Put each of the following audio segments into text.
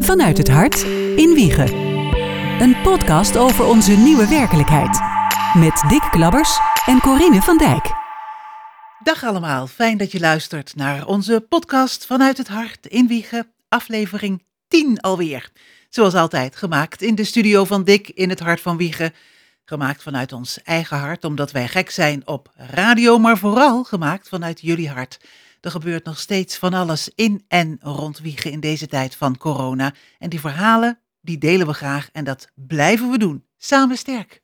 Vanuit het hart in Wijchen. Een podcast over onze nieuwe werkelijkheid. Met Dick Klabbers en Corinne van Dijk. Dag allemaal, fijn dat je luistert naar onze podcast Vanuit het hart in Wijchen. Aflevering 10 alweer. Zoals altijd gemaakt in de studio van Dick in het hart van Wijchen. Gemaakt vanuit ons eigen hart, omdat wij gek zijn op radio, maar vooral gemaakt vanuit jullie hart. Er gebeurt nog steeds van alles in en rond Wijchen in deze tijd van corona. En die verhalen, die delen we graag en dat blijven we doen. Samen sterk.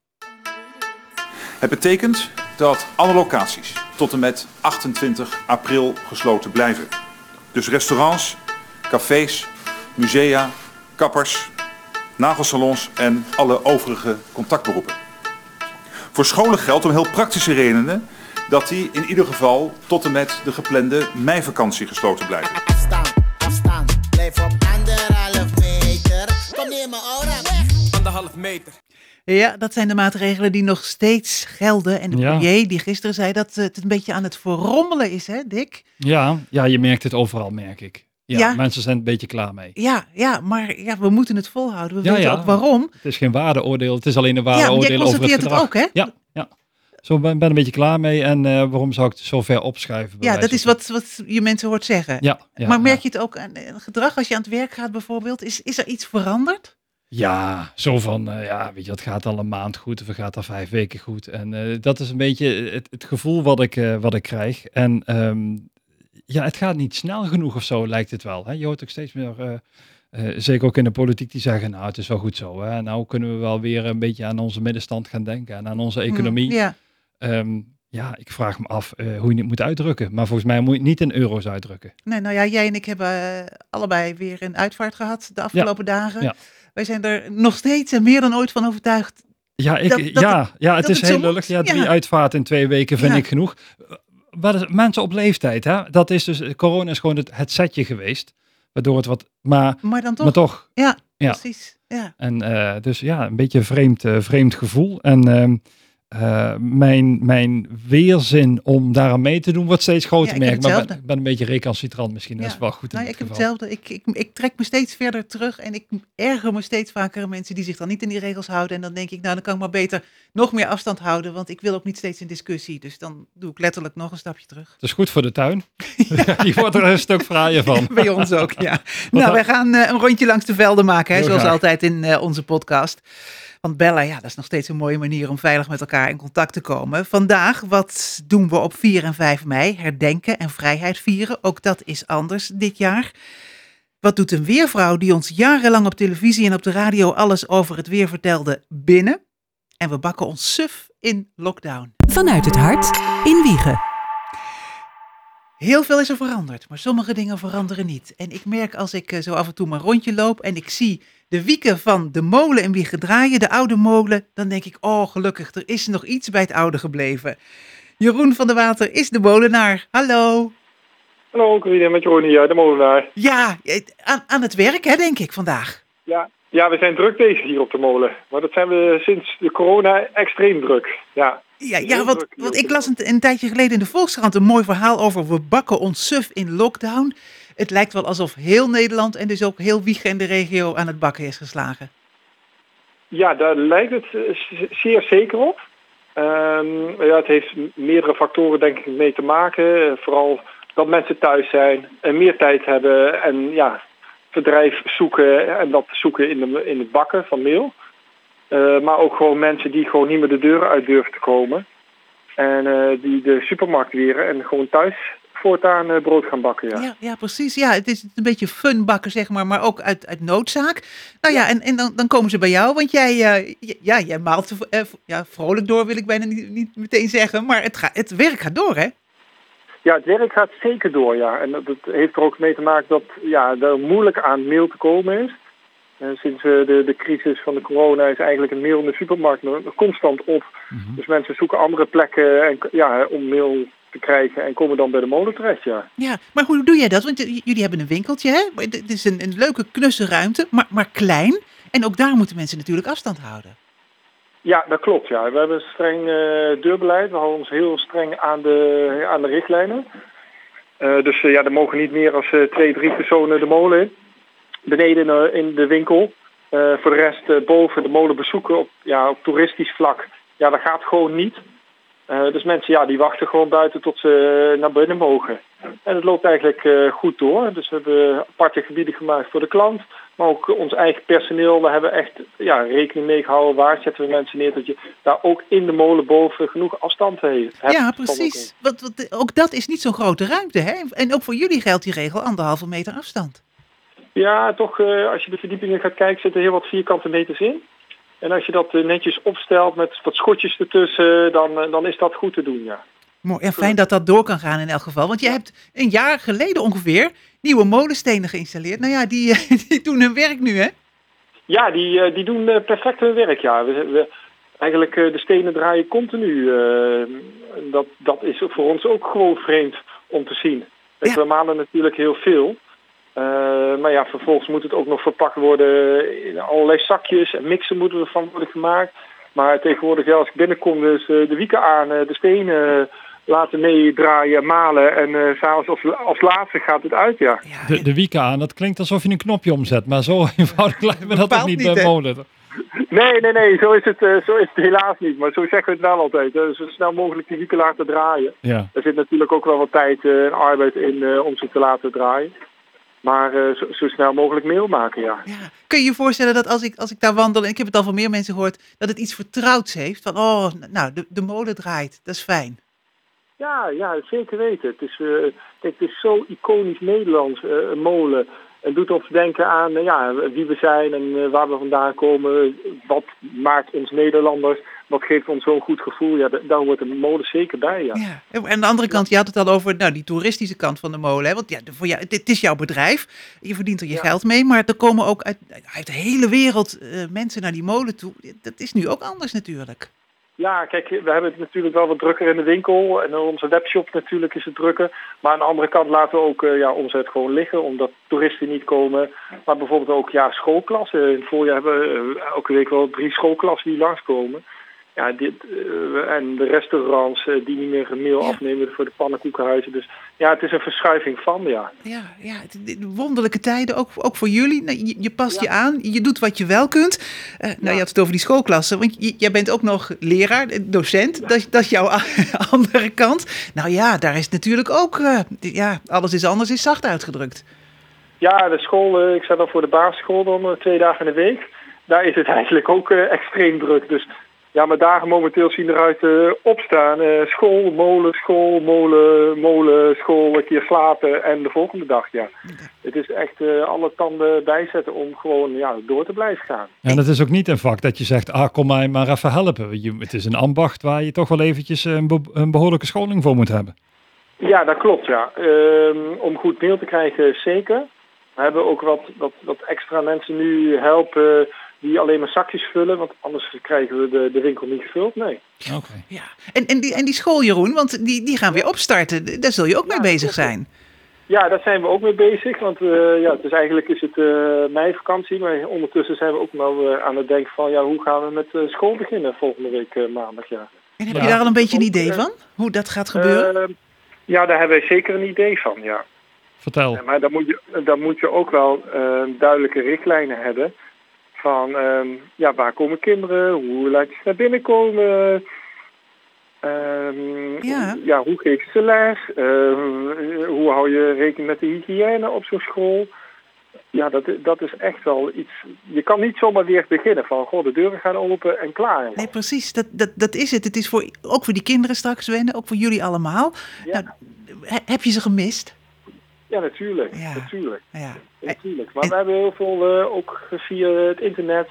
Het betekent dat alle locaties tot en met 28 april gesloten blijven. Dus restaurants, cafés, musea, kappers, nagelsalons en alle overige contactberoepen. Voor scholen geldt om heel praktische redenen dat die in ieder geval tot en met de geplande meivakantie gesloten blijven. Afstand, blijf op 1,5 meter. Kom neer mijn aura weg. 1,5 meter. Ja, dat zijn de maatregelen die nog steeds gelden. En de premier die gisteren zei dat het een beetje aan het verrommelen is, hè Dick? Ja, je merkt het overal, merk ik. Ja, mensen zijn een beetje klaar mee. Ja, maar we moeten het volhouden. We weten ook waarom. Het is geen waardeoordeel, het is alleen een waardeoordeel over het gedrag. Het ook, hè? Ja. Zo ben een beetje klaar mee en waarom zou ik het zo ver opschuiven? Ja, dat is wat je mensen hoort zeggen. Ja, maar merk je het ook aan gedrag als je aan het werk gaat bijvoorbeeld? Is er iets veranderd? Ja, zo van, weet je, het gaat al een maand goed of het gaat al 5 weken goed. En dat is een beetje het gevoel wat ik krijg. En het gaat niet snel genoeg of zo, lijkt het wel. Hè? Je hoort ook steeds meer, zeker ook in de politiek, die zeggen, nou, het is wel goed zo. Hè? Nou kunnen we wel weer een beetje aan onze middenstand gaan denken en aan onze economie. Ik vraag me af hoe je het moet uitdrukken. Maar volgens mij moet je het niet in euro's uitdrukken. Nee, nou ja, jij en ik hebben allebei weer een uitvaart gehad de afgelopen dagen. Ja. Wij zijn er nog steeds en meer dan ooit van overtuigd. Het is heel lullig. Ja, 3 uitvaarten in 2 weken vind ik genoeg. Mensen op leeftijd, hè? Dat is dus, corona is gewoon het setje geweest. Waardoor het wat, maar dan toch. Maar toch. Ja, precies. Ja. En dus een beetje vreemd gevoel. En mijn weerzin om daaraan mee te doen wordt steeds groter, merk. Maar ik ben een beetje recalcitrant misschien. Dat is wel goed in dit geval. Ik heb hetzelfde. Ik trek me steeds verder terug en ik erger me steeds vaker aan mensen die zich dan niet in die regels houden. En dan denk ik, nou dan kan ik maar beter nog meer afstand houden, want ik wil ook niet steeds in discussie. Dus dan doe ik letterlijk nog een stapje terug. Het is goed voor de tuin. Die wordt er een stuk fraaier van. Bij ons ook, ja. Nou, wij gaan een rondje langs de velden maken, hè, zoals altijd in onze podcast. Want bellen, dat is nog steeds een mooie manier om veilig met elkaar in contact te komen. Vandaag, wat doen we op 4 en 5 mei? Herdenken en vrijheid vieren. Ook dat is anders dit jaar. Wat doet een weervrouw die ons jarenlang op televisie en op de radio alles over het weer vertelde binnen? En we bakken ons suf in lockdown. Vanuit het hart in Wijchen. Heel veel is er veranderd, maar sommige dingen veranderen niet. En ik merk als ik zo af en toe mijn rondje loop en ik zie de wieken van de molen in Wijchen draaien, de oude molen, dan denk ik, oh gelukkig, er is nog iets bij het oude gebleven. Jeroen van der Water is de molenaar. Hallo. Hallo, Corinne, met Jeroen hier, de molenaar. Ja, aan het werk hè, denk ik vandaag. Ja, we zijn druk bezig hier op de molen. Maar dat zijn we sinds de corona extreem druk. Want ik las een tijdje geleden in de Volkskrant een mooi verhaal over we bakken ons suf in lockdown. Het lijkt wel alsof heel Nederland en dus ook heel Wijchen en de regio aan het bakken is geslagen. Ja, daar lijkt het zeer zeker op. Het heeft meerdere factoren denk ik mee te maken. Vooral dat mensen thuis zijn en meer tijd hebben en verdrijf zoeken en dat zoeken in het bakken van meel. Maar ook gewoon mensen die gewoon niet meer de deuren uit durven te komen. En die de supermarkt weren en gewoon thuis voortaan brood gaan bakken. Ja, precies. Ja, het is een beetje fun bakken, zeg maar ook uit noodzaak. Nou ja, en dan komen ze bij jou, want jij maalt vrolijk door, wil ik bijna niet meteen zeggen. Maar het werk gaat door, hè? Ja, het werk gaat zeker door, ja. En dat heeft er ook mee te maken dat er moeilijk aan meel te komen is. Sinds de crisis van de corona is eigenlijk een meel in de supermarkt constant op. Mm-hmm. Dus mensen zoeken andere plekken om meel te krijgen en komen dan bij de molen terecht, Ja, maar hoe doe jij dat? Want jullie hebben een winkeltje, hè? Het is een leuke knusse ruimte, maar klein. En ook daar moeten mensen natuurlijk afstand houden. Ja, dat klopt, ja. We hebben een streng deurbeleid. We houden ons heel streng aan de richtlijnen. Dus er mogen niet meer dan 2-3 personen de molen in. beneden in de winkel. Voor de rest boven de molen bezoeken op toeristisch vlak. Ja, dat gaat gewoon niet. Dus mensen die wachten gewoon buiten tot ze naar binnen mogen. En het loopt eigenlijk goed door. Dus we hebben aparte gebieden gemaakt voor de klant. Maar ook ons eigen personeel. We hebben echt rekening mee gehouden. Waar zetten we mensen neer dat je daar ook in de molen boven genoeg afstand hebt. Ja, precies. Want ook dat is niet zo'n grote ruimte. Hè? En ook voor jullie geldt die regel 1,5 meter afstand. Ja, toch als je de verdiepingen gaat kijken zitten heel wat vierkante meters in. En als je dat netjes opstelt met wat schotjes ertussen, dan is dat goed te doen, ja. Mooi en fijn dat dat door kan gaan in elk geval. Want je hebt een jaar geleden ongeveer nieuwe molenstenen geïnstalleerd. Nou ja, die doen hun werk nu, hè? Ja, die doen perfect hun werk, ja. Eigenlijk de stenen draaien continu. Dat is voor ons ook gewoon vreemd om te zien. Ja. We malen natuurlijk heel veel. Maar ja, vervolgens moet het ook nog verpakt worden in allerlei zakjes en mixen moeten ervan worden gemaakt. Maar tegenwoordig, als ik binnenkom, dus de wieken aan, de stenen laten meedraaien, malen en s'avonds als laatste gaat het uit, ja. De wieken aan, dat klinkt alsof je een knopje omzet, maar zo eenvoudig lijkt me dat toch niet bij molen. Nee, zo is het helaas niet. Maar zo zeggen we het wel altijd. Zo snel mogelijk die wieken laten draaien. Ja. Er zit natuurlijk ook wel wat tijd en arbeid in om ze te laten draaien. Maar zo snel mogelijk meel maken, ja. Kun je je voorstellen dat als ik daar wandel, en ik heb het al van meer mensen gehoord, dat het iets vertrouwds heeft? Van, de molen draait, dat is fijn. Ja, zeker weten. Het is zo iconisch Nederlands, een molen. Het doet ons denken aan wie we zijn en waar we vandaan komen. Wat maakt ons Nederlanders? Wat geeft ons zo'n goed gevoel? Ja, daar hoort de molen zeker bij, ja. En aan de andere kant, je had het al over die toeristische kant van de molen. Hè? Want voor jou, het is jouw bedrijf. Je verdient er je geld mee. Maar er komen ook uit de hele wereld mensen naar die molen toe. Dat is nu ook anders natuurlijk. Ja, kijk, we hebben het natuurlijk wel wat drukker in de winkel. En onze webshop natuurlijk is het drukker. Maar aan de andere kant laten we ook omzet gewoon liggen. Omdat toeristen niet komen. Maar bijvoorbeeld ook schoolklassen. In het voorjaar hebben we elke week wel 3 schoolklassen die langskomen. Ja, en de restaurants die niet meer meel afnemen voor de pannenkoekenhuizen. Dus ja, het is een verschuiving van, ja. Ja, wonderlijke tijden, ook voor jullie. Nou, je past je aan, je doet wat je wel kunt. Je had het over die schoolklassen, want jij bent ook nog leraar, docent. Dat is jouw andere kant. Nou ja, daar is natuurlijk ook, alles is anders, is zacht uitgedrukt. Ja, de school, ik zat dan voor de basisschool dan 2 dagen in de week. Daar is het eigenlijk ook extreem druk, dus... Ja, mijn dagen momenteel zien eruit opstaan. School, molen, school, een keer slapen en de volgende dag, ja. Het is echt alle tanden bijzetten om gewoon door te blijven gaan. En het is ook niet een vak dat je zegt, kom mij maar even helpen. Het is een ambacht waar je toch wel eventjes een behoorlijke scholing voor moet hebben. Ja, dat klopt, ja. Om goed meel te krijgen, zeker. We hebben ook wat extra mensen nu helpen... die alleen maar zakjes vullen, want anders krijgen we de winkel niet gevuld, nee. Okay. Ja. En die school, Jeroen, want die gaan weer opstarten. Daar zul je ook mee bezig zijn. Ja, daar zijn we ook mee bezig, want dus eigenlijk is het meivakantie, maar ondertussen zijn we ook nou aan het denken van, hoe gaan we met school beginnen volgende week maandag, ja. En heb je daar al een beetje een idee van, hoe dat gaat gebeuren? Ja, daar hebben wij zeker een idee van, ja. Vertel. Maar dan moet je ook wel duidelijke richtlijnen hebben. Van waar komen kinderen, hoe laat je ze naar binnen komen, hoe geef je ze les, hoe hou je rekening met de hygiëne op zo'n school. Ja, dat is echt wel iets, je kan niet zomaar weer beginnen van, de deuren gaan open en klaar. Nee, precies, dat is het. Het is ook voor die kinderen straks wennen, ook voor jullie allemaal. Ja. Nou, heb je ze gemist? Ja, natuurlijk. Ja. Natuurlijk. Ja. Maar we hebben heel veel ook via het internet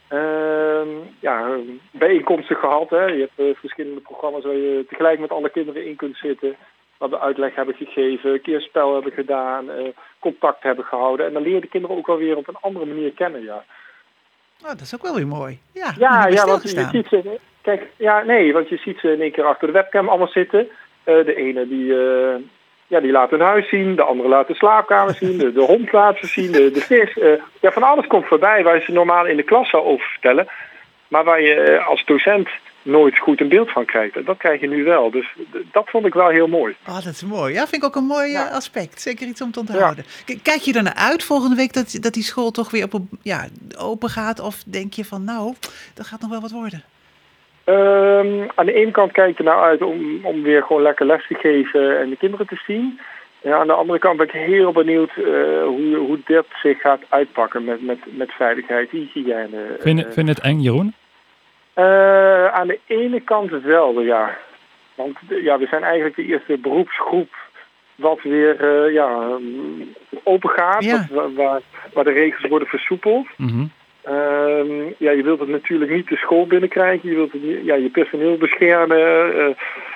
bijeenkomsten gehad. Hè. Je hebt verschillende programma's waar je tegelijk met alle kinderen in kunt zitten. Waar we uitleg hebben gegeven, een keer spel hebben gedaan, contact hebben gehouden. En dan leer je de kinderen ook wel weer op een andere manier kennen, ja. Oh, dat is ook wel weer mooi. Want je ziet ze... want je ziet ze in één keer achter de webcam allemaal zitten. De ene die laat hun huis zien, de andere laat de slaapkamer zien, de hond laat ze zien, de vis. Van alles komt voorbij waar je ze normaal in de klas zou over vertellen. Maar waar je als docent nooit goed een beeld van krijgt. En dat krijg je nu wel. Dus dat vond ik wel heel mooi. Oh, dat is mooi. Ja, vind ik ook een mooi aspect. Zeker iets om te onthouden. Kijk je er naar uit volgende week dat die school toch weer open gaat? Of denk je van dat gaat nog wel wat worden? Aan de ene kant kijk ik er nou uit om weer gewoon lekker les te geven en de kinderen te zien. Ja, aan de andere kant ben ik heel benieuwd hoe dit zich gaat uitpakken met veiligheid, hygiëne. Vind je het eng, Jeroen? Aan de ene kant wel, ja. Want we zijn eigenlijk de eerste beroepsgroep wat weer open gaat, waar de regels worden versoepeld. Mm-hmm. Je wilt het natuurlijk niet de school binnenkrijgen, je wilt het je personeel beschermen.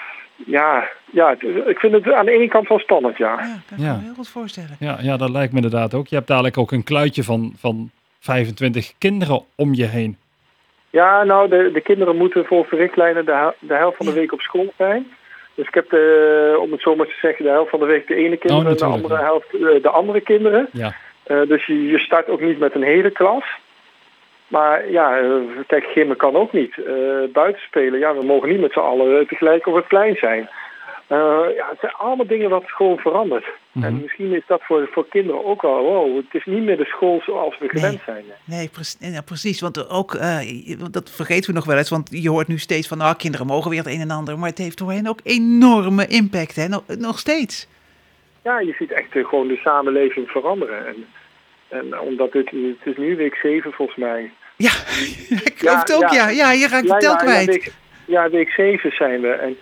Ik vind het aan de ene kant wel spannend, ja. Ja, kan ik me heel goed voorstellen. Ja, dat lijkt me inderdaad ook. Je hebt dadelijk ook een kluitje van 25 kinderen om je heen. Ja, nou, de kinderen moeten volgens de richtlijnen de helft van de week op school zijn. Dus ik heb, om het zo maar te zeggen, de helft van de week de ene kinderen en de andere helft de andere kinderen. Ja. Dus je start ook niet met een hele klas. Maar kijk, gimmen kan ook niet. Buiten spelen, we mogen niet met z'n allen tegelijk op het plein zijn. Het zijn allemaal dingen wat gewoon verandert. Mm-hmm. En misschien is dat voor kinderen ook wel, het is niet meer de school zoals we gewend zijn. Nee, precies. Want ook, dat vergeten we nog wel eens, want je hoort nu steeds van, kinderen mogen weer het een en ander. Maar het heeft voor hen ook enorme impact, hè? Nog steeds. Ja, je ziet echt gewoon de samenleving veranderen. En omdat het is nu week 7 volgens mij. Ja, ik geloof het ook, ja. Je raakt de tel kwijt. Week 7 zijn we. En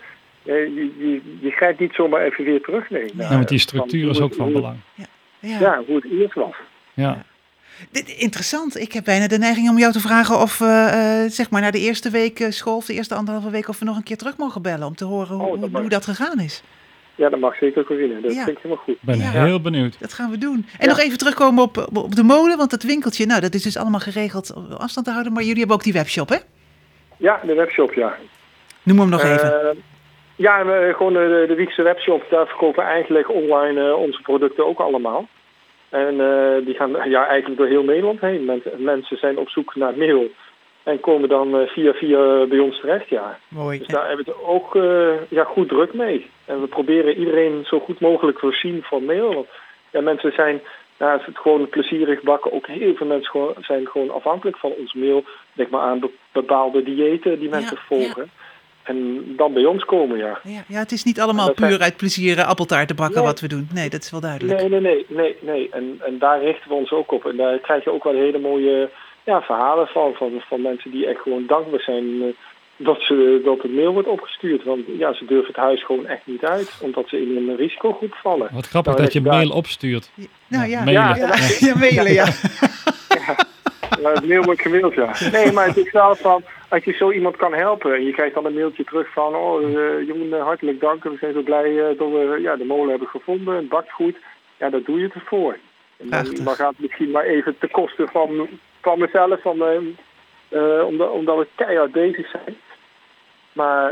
je grijpt niet zomaar even weer terug. Nee. Want die structuur is ook van belang. Ja, hoe het eerst was. Ja. Interessant. Ik heb bijna de neiging om jou te vragen of zeg maar na de eerste week school, of de eerste 1,5 week, of we nog een keer terug mogen bellen om te horen hoe dat gegaan is. Ja, dat mag zeker, Corine. Dat vind ik helemaal goed. Ik ben heel benieuwd. Dat gaan we doen. En nog even terugkomen op de molen, want dat winkeltje, dat is dus allemaal geregeld om afstand te houden. Maar jullie hebben ook die webshop, hè? Ja, de webshop, ja. Noem hem nog even. Gewoon de Wiekse webshop. Daar verkopen we eigenlijk online onze producten ook allemaal. En die gaan eigenlijk door heel Nederland heen. Mensen zijn op zoek naar mail en komen dan via bij ons terecht, ja. Mooi. Dus daar hebben we het ook goed druk mee. En we proberen iedereen zo goed mogelijk voorzien van mail. Want mensen zijn, naast het gewoon plezierig bakken, ook heel veel mensen zijn gewoon afhankelijk van ons mail. Denk maar aan bepaalde diëten die mensen volgen. Ja. En dan bij ons komen, ja. Ja, het is niet allemaal puur uit plezier appeltaart te bakken wat we doen. Nee, dat is wel duidelijk. Nee. En daar richten we ons ook op. En daar krijg je ook wel hele mooie verhalen van mensen die echt gewoon dankbaar zijn dat het mail wordt opgestuurd. Want ze durven het huis gewoon echt niet uit, omdat ze in een risicogroep vallen. Wat grappig dat je mail opstuurt. Mailen. Ja, het mail wordt gemaild, ja. Nee, maar het is wel van, als je zo iemand kan helpen en je krijgt dan een mailtje terug van, Jeroen, hartelijk dank. We zijn zo blij dat we de molen hebben gevonden. Het bakt goed. Ja, dat doe je ervoor. En dan gaat het misschien maar even ten koste van mezelf, omdat we keihard bezig zijn. Maar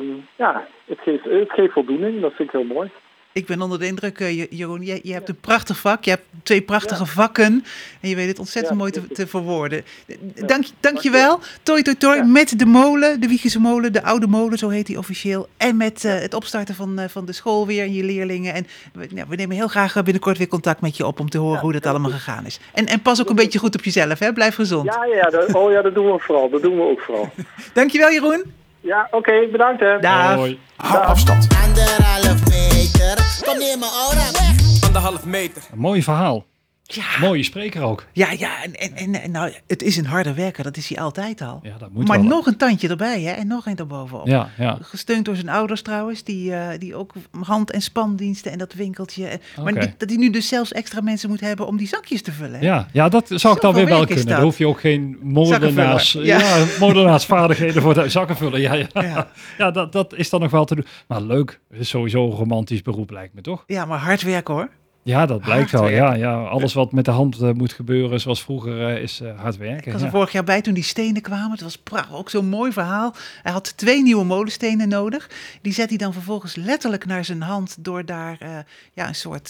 het geeft voldoening. Dat vind ik heel mooi. Ik ben onder de indruk, Jeroen. Je hebt een prachtig vak. Je hebt 2 prachtige vakken. En je weet het ontzettend mooi te verwoorden. Dank je wel. Toi met de molen, de Wiegese molen, de oude molen, zo heet die officieel. En met het opstarten van de school weer en je leerlingen. En we nemen heel graag binnenkort weer contact met je op om te horen hoe dat allemaal gegaan is. En pas ook een beetje goed op jezelf, hè? Blijf gezond. Dat doen we vooral. Dat doen we ook vooral. Dankjewel, Jeroen. Ja, oké, bedankt hè. Dag. Hou afstand. 1,5 meter. Kom neer mijn aura weg. 1,5 meter. Een mooi verhaal. Ja. Mooie spreker ook. Ja, en nou, het is een harde werker, dat is hij altijd al. Ja, dat moet maar wel. nog een tandje erbij, hè? En nog een erbovenop. Ja. Gesteund door zijn ouders trouwens, die ook hand- en spandiensten en dat winkeltje. Okay. Maar dat hij nu dus zelfs extra mensen moet hebben om die zakjes te vullen. Hè? Ja, dat zou ik dan weer wel kunnen. Dat. Daar hoef je ook geen moordenaarsvaardigheden voor de zakken vullen. Ja, dat is dan nog wel te doen. Maar leuk, het is sowieso een romantisch beroep lijkt me, toch? Ja, maar hard werken hoor. Ja, dat blijkt wel. Hard werken. Ja, alles wat met de hand moet gebeuren zoals vroeger is hard werken. Ik was er vorig jaar bij toen die stenen kwamen. Het was ook zo'n mooi verhaal. Hij had 2 nieuwe molenstenen nodig. Die zet hij dan vervolgens letterlijk naar zijn hand door daar een soort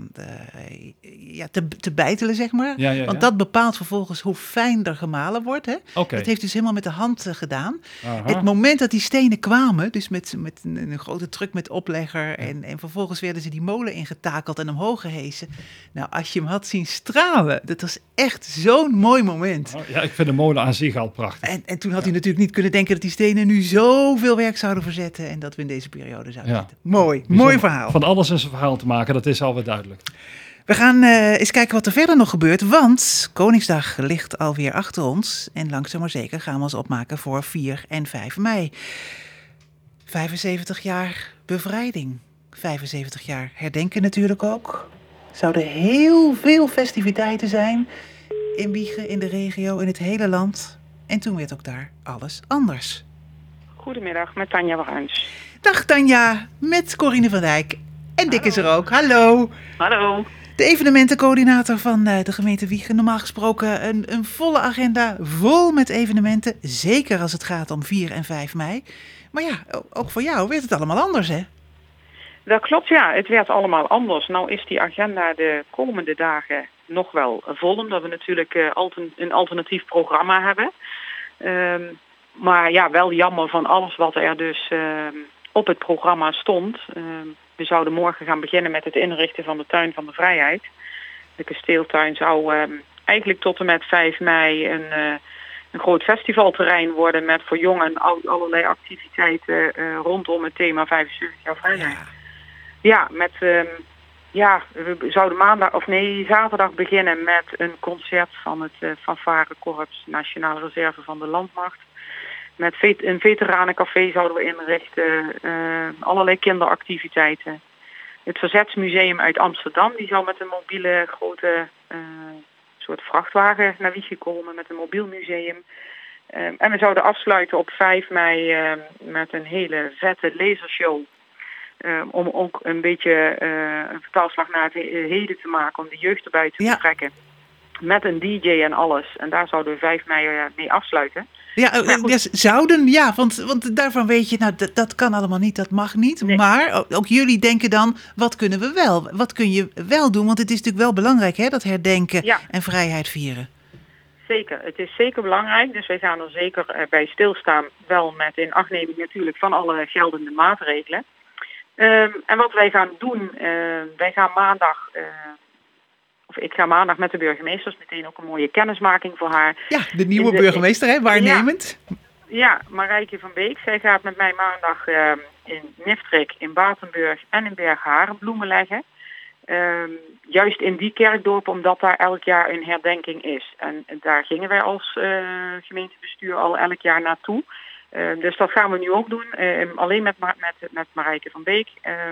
te bijtelen, zeg maar. Ja. Want dat bepaalt vervolgens hoe fijn er gemalen wordt. Hè? Oké. Dat heeft dus helemaal met de hand gedaan. Aha. Het moment dat die stenen kwamen, dus met een grote truck met oplegger en vervolgens werden ze die molen ingetakeld en omhoog gehesen. Nou, als je hem had zien stralen, dat was echt zo'n mooi moment. Oh, ja, ik vind de molen aan zich al prachtig. En toen had hij natuurlijk niet kunnen denken dat die stenen nu zoveel werk zouden verzetten en dat we in deze periode zouden zitten. Mooi verhaal. Van alles is een verhaal te maken, dat is alweer duidelijk. We gaan eens kijken wat er verder nog gebeurt, want Koningsdag ligt alweer achter ons en langzaam maar zeker gaan we ons opmaken voor 4 en 5 mei. 75 jaar bevrijding, 75 jaar herdenken natuurlijk ook. Zouden heel veel festiviteiten zijn in Wijchen, in de regio, in het hele land. En toen werd ook daar alles anders. Goedemiddag, met Tanja Bruins. Dag Tanja, met Corine van Dijk. En Dick is er ook. Hallo. Hallo. De evenementencoördinator van de gemeente Wijchen. Normaal gesproken een volle agenda, vol met evenementen. Zeker als het gaat om 4 en 5 mei. Maar ja, ook voor jou werd het allemaal anders, hè? Dat klopt, ja. Het werd allemaal anders. Nou is die agenda de komende dagen nog wel vol, omdat we natuurlijk een alternatief programma hebben. Maar ja, wel jammer van alles wat er dus op het programma stond. We zouden morgen gaan beginnen met het inrichten van de Tuin van de Vrijheid. De kasteeltuin zou eigenlijk tot en met 5 mei een groot festivalterrein worden met voor jong en oud allerlei activiteiten rondom het thema 75 jaar vrijheid. Ja, we zouden zaterdag beginnen met een concert van het fanfarekorps Nationale Reserve van de Landmacht. Met een veteranencafé zouden we inrichten, allerlei kinderactiviteiten. Het Verzetsmuseum uit Amsterdam, die zou met een mobiele grote soort vrachtwagen naar Wijchen komen met een mobiel museum. En we zouden afsluiten op 5 mei met een hele vette lasershow. Om ook een beetje een vertaalslag naar het heden te maken, om de jeugd erbij te betrekken. Met een DJ en alles. En daar zouden we 5 mei mee afsluiten. Ja, want daarvan weet je, nou dat kan allemaal niet, dat mag niet. Nee. Maar ook jullie denken dan, wat kunnen we wel? Wat kun je wel doen? Want het is natuurlijk wel belangrijk, hè, dat herdenken en vrijheid vieren. Zeker, het is zeker belangrijk. Dus wij gaan er zeker bij stilstaan. Wel met inachtneming natuurlijk van alle geldende maatregelen. En wat wij gaan doen, wij gaan maandag... ik ga maandag met de burgemeester, meteen ook een mooie kennismaking voor haar. Ja, de nieuwe burgemeester, hè, waarnemend. Ja, Marijke van Beek. Zij gaat met mij maandag in Niftrik, in Batenburg en in Bergharen bloemen leggen. Juist in die kerkdorp, omdat daar elk jaar een herdenking is. En daar gingen wij als gemeentebestuur al elk jaar naartoe. Dus dat gaan we nu ook doen, alleen met Marijke van Beek.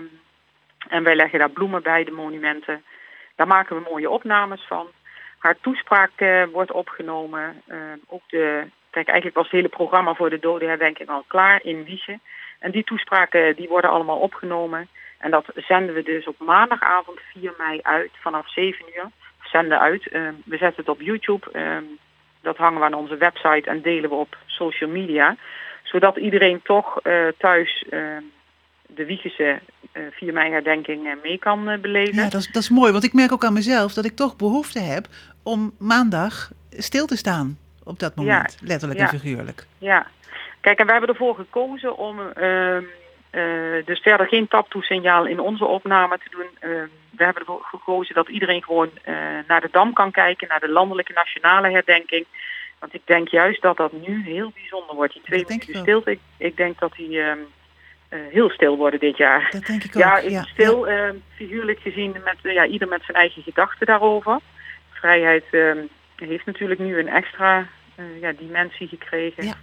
En wij leggen daar bloemen bij de monumenten. Daar maken we mooie opnames van. Haar toespraak wordt opgenomen. Eigenlijk was het hele programma voor de dodenherdenking al klaar in Wijchen. En die toespraken die worden allemaal opgenomen. En dat zenden we dus op maandagavond 4 mei uit vanaf 7 uur. Zenden uit. We zetten het op YouTube. Dat hangen we aan onze website en delen we op social media. Zodat iedereen toch thuis... de Wijchense 4 mei herdenking mee kan beleven. Ja, dat is mooi, want ik merk ook aan mezelf dat ik toch behoefte heb om maandag stil te staan op dat moment, letterlijk en figuurlijk. Ja, kijk, en we hebben ervoor gekozen om dus verder geen taptoe-signaal in onze opname te doen. We hebben ervoor gekozen dat iedereen gewoon naar de Dam kan kijken, naar de landelijke nationale herdenking. Want ik denk juist dat dat nu heel bijzonder wordt. Die 2 minuten stilte, ik denk dat die... heel stil worden dit jaar. Dat denk ik ook. Ja, stil, figuurlijk gezien, met ieder met zijn eigen gedachten daarover. Vrijheid heeft natuurlijk nu een extra dimensie gekregen.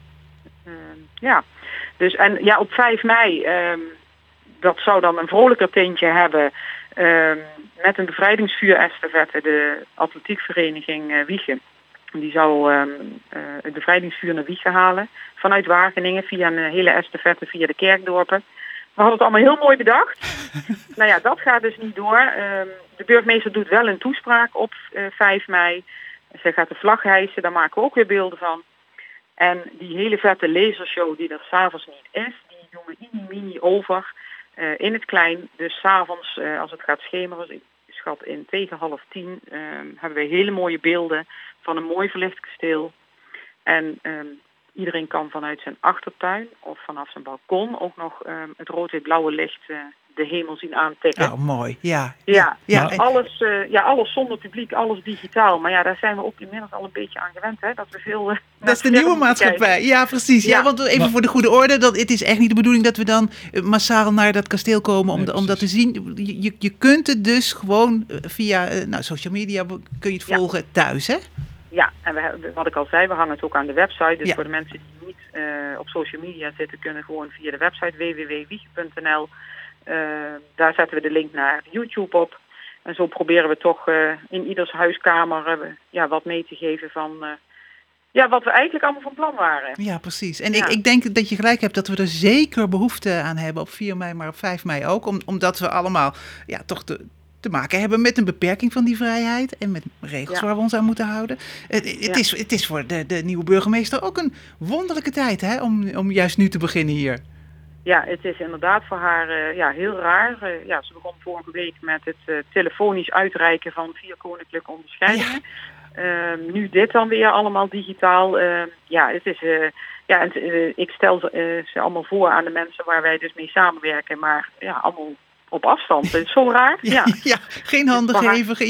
Dus op 5 mei, dat zou dan een vrolijker tintje hebben, met een bevrijdingsvuur-estafette, de atletiekvereniging Wijchen. Die zou het bevrijdingsvuur naar Wijchen halen vanuit Wageningen via een hele estafette via de kerkdorpen. We hadden het allemaal heel mooi bedacht. Nou ja, dat gaat dus niet door. de burgemeester doet wel een toespraak op 5 mei. Zij gaat de vlag hijsen, daar maken we ook weer beelden van. En die hele vette lasershow die er 's avonds niet is, die doen we mini over in het klein. Dus 's avonds, als het gaat schemeren, dus ik schat in tegen 9:30, hebben we hele mooie beelden van een mooi verlicht kasteel. En iedereen kan vanuit zijn achtertuin of vanaf zijn balkon ook nog het rood-wit-blauwe licht de hemel zien aantikken. Oh, mooi. Ja. Alles zonder publiek, alles digitaal. Maar ja, daar zijn we ook inmiddels al een beetje aan gewend. Hè? Dat we veel. Dat is de nieuwe maatschappij. Ja, precies. Ja, want even voor de goede orde. Het is echt niet de bedoeling dat we dan massaal naar dat kasteel komen om dat te zien. Je kunt het dus gewoon via social media kun je het volgen thuis, hè? Ja, en wat ik al zei, we hangen het ook aan de website. Dus voor de mensen die niet op social media zitten, kunnen gewoon via de website www.wiege.nl. Daar zetten we de link naar YouTube op. En zo proberen we toch in ieders huiskamer wat mee te geven van wat we eigenlijk allemaal van plan waren. Ja, precies. En ik denk dat je gelijk hebt dat we er zeker behoefte aan hebben op 4 mei, maar op 5 mei ook. Omdat we allemaal toch te maken hebben met een beperking van die vrijheid en met regels waar we ons aan moeten houden. Het is voor de nieuwe burgemeester ook een wonderlijke tijd, hè, om juist nu te beginnen hier. Ja, het is inderdaad voor haar heel raar. Ze begon vorige week met het telefonisch uitreiken van 4 koninklijke onderscheidingen. Nu dit dan weer allemaal digitaal. Het is... ik stel ze allemaal voor aan de mensen waar wij dus mee samenwerken, maar allemaal op afstand. Dat is zo raar. Ja, geen handen geven.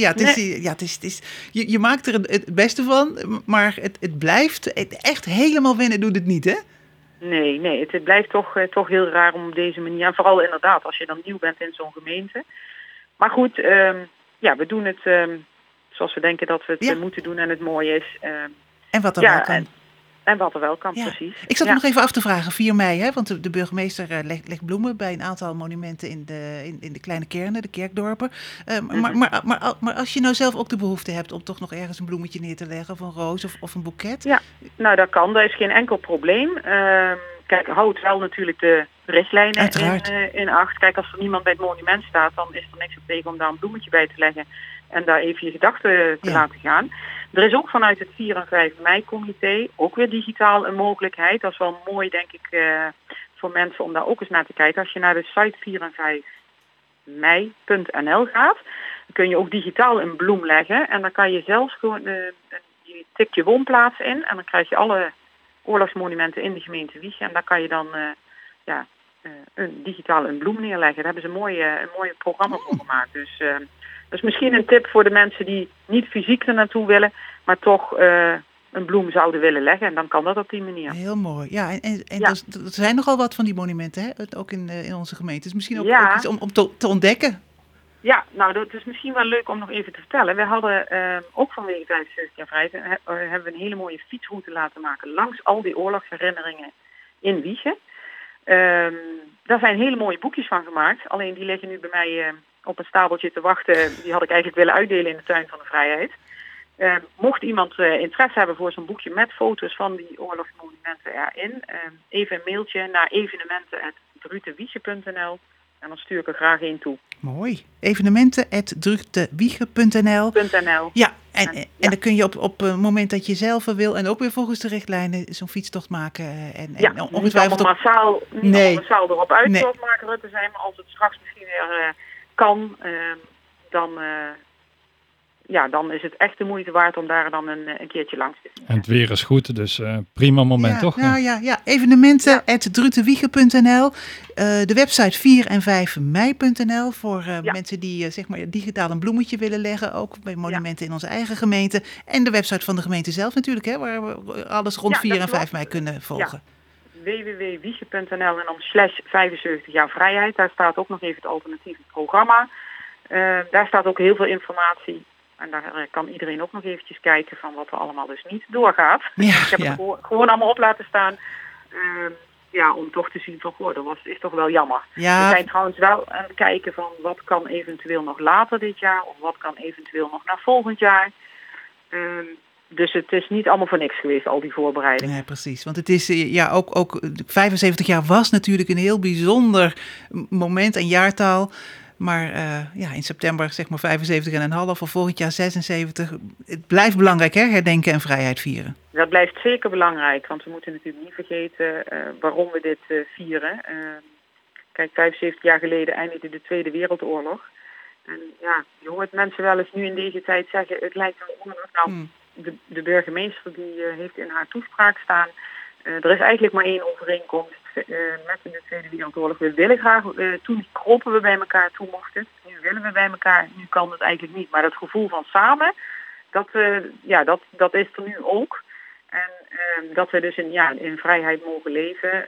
Je maakt er het beste van, maar het blijft echt helemaal wennen doet het niet, hè? Nee, het blijft toch heel raar om op deze manier. En vooral inderdaad, als je dan nieuw bent in zo'n gemeente. Maar goed, we doen het zoals we denken dat we het moeten doen en het mooie is. En wat er wel kan. En wat er wel kan, precies. Ik zat nog even af te vragen, 4 mei, hè? Want de burgemeester legt bloemen bij een aantal monumenten in de kleine kernen, de kerkdorpen. Maar als je nou zelf ook de behoefte hebt om toch nog ergens een bloemetje neer te leggen, of een roos of een boeket? Ja, nou dat kan, dat is geen enkel probleem. Kijk, houd wel natuurlijk de richtlijnen in acht. Kijk, als er niemand bij het monument staat, dan is er niks op tegen om daar een bloemetje bij te leggen en daar even je gedachten te laten gaan. Er is ook vanuit het 4 en 5 mei-comité ook weer digitaal een mogelijkheid. Dat is wel mooi, denk ik, voor mensen om daar ook eens naar te kijken. Als je naar de site 4 en 5 mei.nl gaat, dan kun je ook digitaal een bloem leggen. En dan kan je zelfs gewoon, je tikt je woonplaats in en dan krijg je alle oorlogsmonumenten in de gemeente Wiege. En daar kan je dan digitaal een bloem neerleggen. Daar hebben ze een mooi programma voor gemaakt. Dus dat is misschien een tip voor de mensen die niet fysiek er naartoe willen, maar toch een bloem zouden willen leggen. En dan kan dat op die manier. Heel mooi. Ja, en er zijn nogal wat van die monumenten, hè? Ook in onze gemeente. Dus misschien ook iets om te ontdekken. Ja, nou dat is misschien wel leuk om nog even te vertellen. We hadden ook vanwege 75 jaar vrijheid hebben we een hele mooie fietsroute laten maken langs al die oorlogsherinneringen in Wiege. Daar zijn hele mooie boekjes van gemaakt. Alleen die liggen nu bij mij op een stapeltje te wachten. Die had ik eigenlijk willen uitdelen in de Tuin van de Vrijheid. Mocht iemand interesse hebben voor zo'n boekje met foto's van die oorlogsmonumenten erin, even een mailtje naar evenementen@drutewiege.nl en dan stuur ik er graag een toe. Mooi. Evenementen@drutewiege.nl. Ja, en dan kun je op het moment dat je zelf wil en ook weer volgens de richtlijnen zo'n fietstocht maken. Ongetwijfeld niet massaal erop uit maken te zijn, maar als het straks misschien weer kan, dan is het echt de moeite waard om daar dan een keertje langs te zien. En het weer is goed, dus prima moment, toch? Ja. Evenementen@drutewiege.nl. De website 4 en 5 mei.nl voor mensen die digitaal een bloemetje willen leggen, ook bij monumenten in onze eigen gemeente. En de website van de gemeente zelf natuurlijk, hè, waar we alles rond 4 en 5 mei kunnen volgen. www.wiege.nl en dan /75 jaar vrijheid. Daar staat ook nog even het alternatieve programma. Daar staat ook heel veel informatie. En daar kan iedereen ook nog eventjes kijken van wat er allemaal dus niet doorgaat. Ik heb het gewoon allemaal op laten staan. Om toch te zien van, dat is toch wel jammer. Ja. We zijn trouwens wel aan het kijken van wat kan eventueel nog later dit jaar. Of wat kan eventueel nog naar volgend jaar. Dus het is niet allemaal voor niks geweest, al die voorbereidingen. Nee, precies. Want het is ook 75 jaar was natuurlijk een heel bijzonder moment en jaartal. Maar in september zeg maar 75,5 of volgend jaar 76. Het blijft belangrijk, hè, herdenken en vrijheid vieren. Dat blijft zeker belangrijk, want we moeten natuurlijk niet vergeten waarom we dit vieren. Kijk, 75 jaar geleden eindigde de Tweede Wereldoorlog. En ja, je hoort mensen wel eens nu in deze tijd zeggen, het lijkt wel oorlog. Nou, de burgemeester die heeft in haar toespraak staan, er is eigenlijk maar één overeenkomst met de Tweede Wereldoorlog. We willen graag, toen kropen we bij elkaar, toen mocht het. Nu willen we bij elkaar, nu kan het eigenlijk niet. Maar dat gevoel van samen, dat is er nu ook. En dat we dus in vrijheid mogen leven,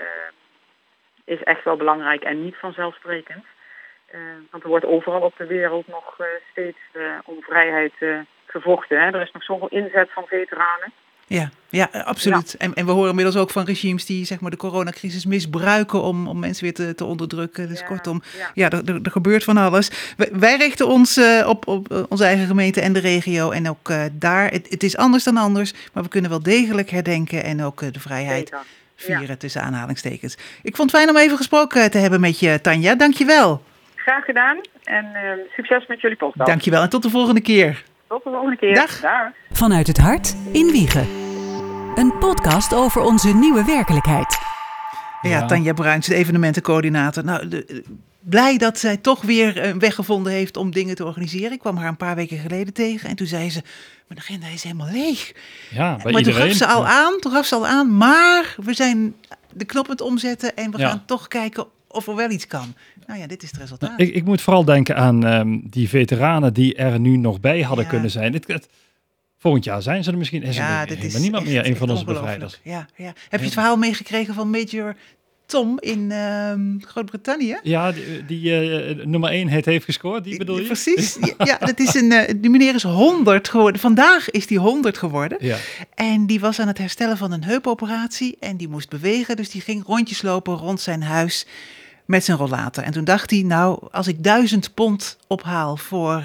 is echt wel belangrijk en niet vanzelfsprekend. Want er wordt overal op de wereld nog steeds om vrijheid gevochten. Hè? Er is nog zoveel inzet van veteranen. Ja, absoluut. Ja. En we horen inmiddels ook van regimes die zeg maar de coronacrisis misbruiken om mensen weer te onderdrukken. Dus kortom, er gebeurt van alles. Wij richten ons op onze eigen gemeente en de regio. En ook daar, het is anders dan anders, maar we kunnen wel degelijk herdenken en ook de vrijheid vieren tussen aanhalingstekens. Ik vond het fijn om even gesproken te hebben met je, Tanja. Dank je wel. Graag gedaan en succes met jullie podcast. Dank je wel en tot de volgende keer. Tot de volgende keer. Dag. Vanuit het hart in Wijchen. Een podcast over onze nieuwe werkelijkheid. Ja, Tanja Bruins, de evenementencoördinator. Nou, blij dat zij toch weer een weg gevonden heeft om dingen te organiseren. Ik kwam haar een paar weken geleden tegen en toen zei ze, mijn agenda is helemaal leeg. Ja, bij maar iedereen. Toen gaf ze al aan, maar we zijn de knop aan het omzetten en we gaan toch kijken of er wel iets kan. Nou ja, dit is het resultaat. Ik moet vooral denken aan die veteranen die er nu nog bij hadden kunnen zijn. Volgend jaar zijn ze er misschien. Is er niemand meer, een van onze bevrijders. Ja. Heb je het verhaal meegekregen van Major Tom in Groot-Brittannië? Ja, die nummer 1 heeft gescoord, die bedoel je? Precies. Ja, dat is die meneer is 100 geworden. Vandaag is hij 100 geworden. Ja. En die was aan het herstellen van een heupoperatie en die moest bewegen. Dus die ging rondjes lopen rond zijn huis met zijn rollator. En toen dacht hij, nou, als ik 1000 pond ophaal voor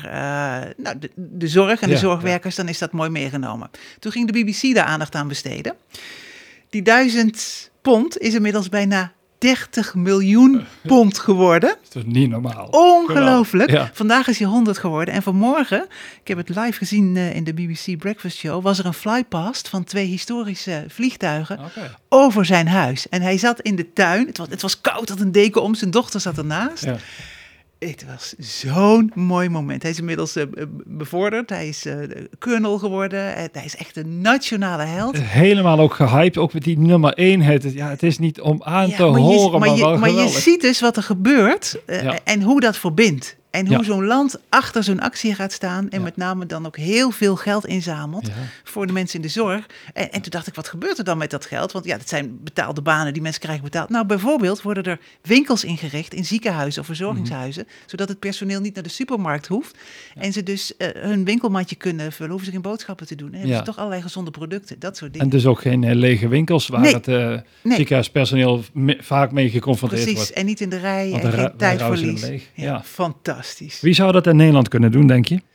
de zorg en de zorgwerkers, dan is dat mooi meegenomen. Toen ging de BBC daar aandacht aan besteden. Die 1000 pond is inmiddels bijna 30 miljoen pond geworden. Dat is toch niet normaal? Ongelooflijk. Ja. Vandaag is hij 100 geworden. En vanmorgen, ik heb het live gezien in de BBC Breakfast Show, was er een flypast van 2 historische vliegtuigen over zijn huis. En hij zat in de tuin. Het was koud, had een deken om. Zijn dochter zat ernaast. Ja. Het was zo'n mooi moment. Hij is inmiddels bevorderd. Hij is colonel geworden. Hij is echt een nationale held. Helemaal ook gehyped. Ook met die nummer 1. Het is niet om aan te horen, maar wel geweldig. Maar je ziet dus wat er gebeurt en hoe dat verbindt. En hoe zo'n land achter zo'n actie gaat staan. En met name dan ook heel veel geld inzamelt voor de mensen in de zorg. En toen dacht ik, wat gebeurt er dan met dat geld? Want dat zijn betaalde banen die mensen krijgen betaald. Nou, bijvoorbeeld worden er winkels ingericht in ziekenhuizen of verzorgingshuizen. Zodat het personeel niet naar de supermarkt hoeft. Ja. En ze dus hun winkelmandje kunnen vullen. Hoeven ze geen boodschappen te doen. En hebben ze toch allerlei gezonde producten. Dat soort dingen. En dus ook geen lege winkels waar het ziekenhuispersoneel vaak mee geconfronteerd wordt. Precies, en niet in de rij en geen tijdverlies. Ja, fantastisch. Wie zou dat in Nederland kunnen doen, denk je?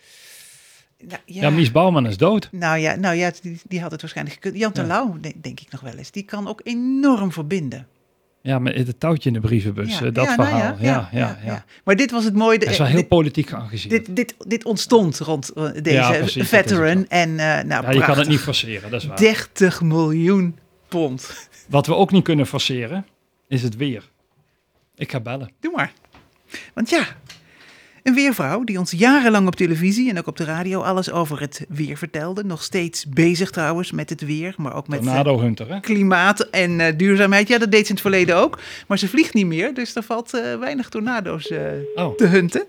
Mies Bouwman is dood. Nou ja, die had het waarschijnlijk gekund. Jan Terlouw, denk ik nog wel eens. Die kan ook enorm verbinden. Ja, met het touwtje in de brievenbus, dat verhaal. Ja. Maar dit was het mooie. Hij is wel heel politiek geëngageerd. Dit ontstond rond deze veteran. En, je kan het niet forceren, dat is waar. 30 miljoen pond. Wat we ook niet kunnen forceren, is het weer. Ik ga bellen. Doe maar. Want een weervrouw die ons jarenlang op televisie en ook op de radio alles over het weer vertelde. Nog steeds bezig trouwens met het weer, maar ook met klimaat en duurzaamheid. Ja, dat deed ze in het verleden ook. Maar ze vliegt niet meer, dus er valt weinig tornado's te hunten.